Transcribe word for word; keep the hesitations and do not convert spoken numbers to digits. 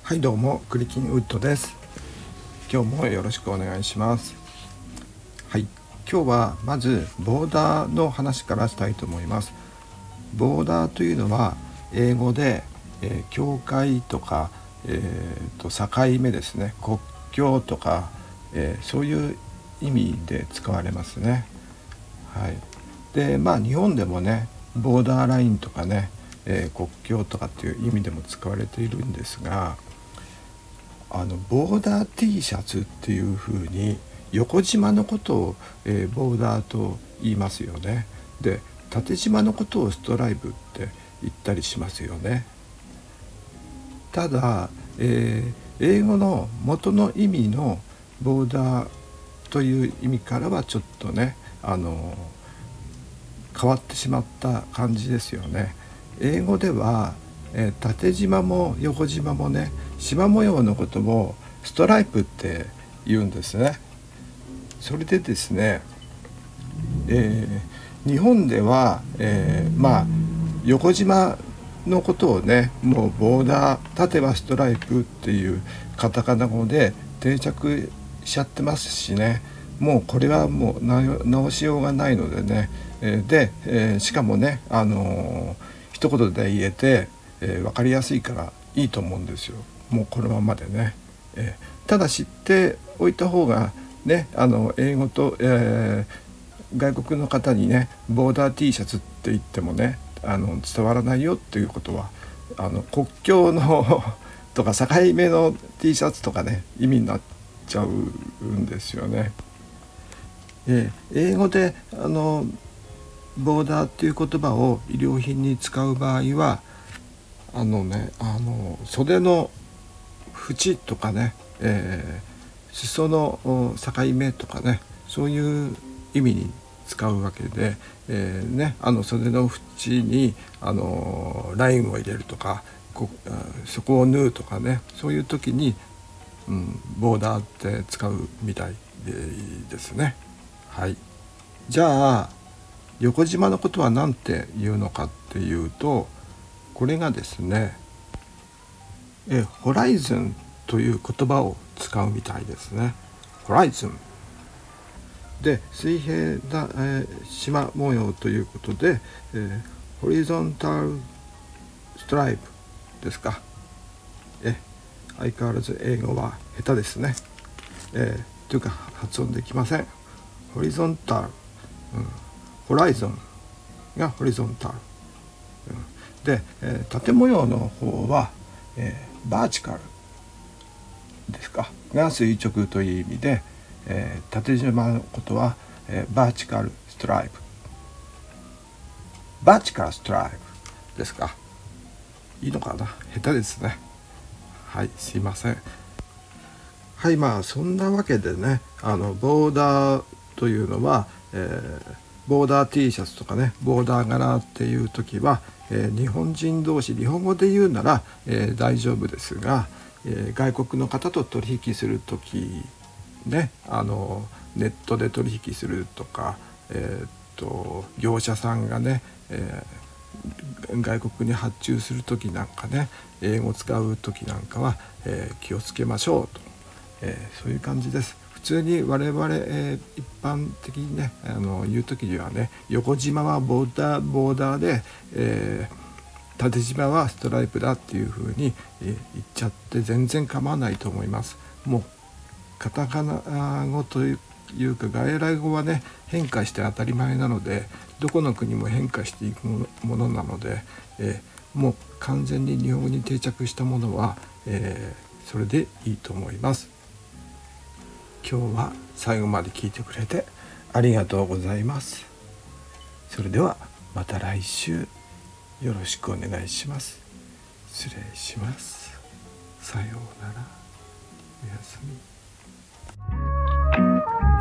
はいどうもクリキンウッドです。今日もよろしくお願いします。はい、今日はまずボーダーの話からしたいと思います。ボーダーというのは英語で、えー、境界とか、えー、と境目ですね。国境とか、えー、そういう意味で使われますね。はい、でまあ日本でもねボーダーラインとかね、えー、国境とかっていう意味でも使われているんですが、あのボーダー T シャツっていう風に横縞のことを、えー、ボーダーと言いますよね。で縦縞のことをストライプって言ったりしますよね。ただ、えー、英語の元の意味のボーダーという意味からはちょっとねあの変わってしまった感じですよね。英語では、えー、縦縞も横縞もね縞模様のことをストライプって言うんですね。それでですね、えー、日本では、えー、まあ横縞のことをねもうボーダー縦はストライプっていうカタカナ語で定着しちゃってますしね、もうこれはもう直しようがないのでね、えー、で、えー、しかもね、あのー、一言で言えて、えー、分かりやすいからいいと思うんですよ。もうこのままでね、えー、ただ知っておいた方がね、あの英語と、えー、外国の方にねボーダー T シャツって言ってもねあの伝わらないよっていうことは、あの国境のとか境目の T シャツとかね意味になっちゃうんですよね。えー、英語であのボーダーっていう言葉を衣料品に使う場合はあのねあの袖の縁とかね、えー、裾の境目とかねそういう意味に使うわけで、えーね、あの袖の縁にあのラインを入れるとかこそこを縫うとかねそういう時に、うん、ボーダーって使うみたいですね。はい、じゃあ横縞のことは何て言うのかっていうと、これがですねえホライズンという言葉を使うみたいですね。ホライズンで水平な、えー、縞模様ということで、えー、ホリゾンタルストライプですか。え相変わらず英語は下手ですね。えー、というか発音できません。ホリゾンタル、うん、ホライゾンがホリゾンタル、うん、で、えー、縦模様の方は、えー、バーチカルですかが垂直という意味で、えー、縦縞のことは、えー、バーチカルストライプバーチカルストライプですか。いいのかな、下手ですね。はいすいません。はい、まあそんなわけでねあのボーダーというのは、えー、ボーダー T シャツとかねボーダー柄っていう時は、えー、日本人同士日本語で言うなら、えー、大丈夫ですが、えー、外国の方と取引する時ねあのネットで取引するとか、えー、っと業者さんがね、えー、外国に発注する時なんかね英語を使う時なんかは、えー、気をつけましょうと、えー、そういう感じです。普通に我々、えー、一般的にねあの言う時にはね横縞はボーダーボーダーで、えー、縦縞はストライプだっていう風に、えー、言っちゃって全然構わないと思います。もうカタカナ語というか外来語はね変化して当たり前なのでどこの国も変化していくものなので、えー、もう完全に日本語に定着したものは、えー、それでいいと思います。今日は最後まで聞いてくれてありがとうございます。それではまた来週よろしくお願いします。失礼します。さようなら。おやすみ。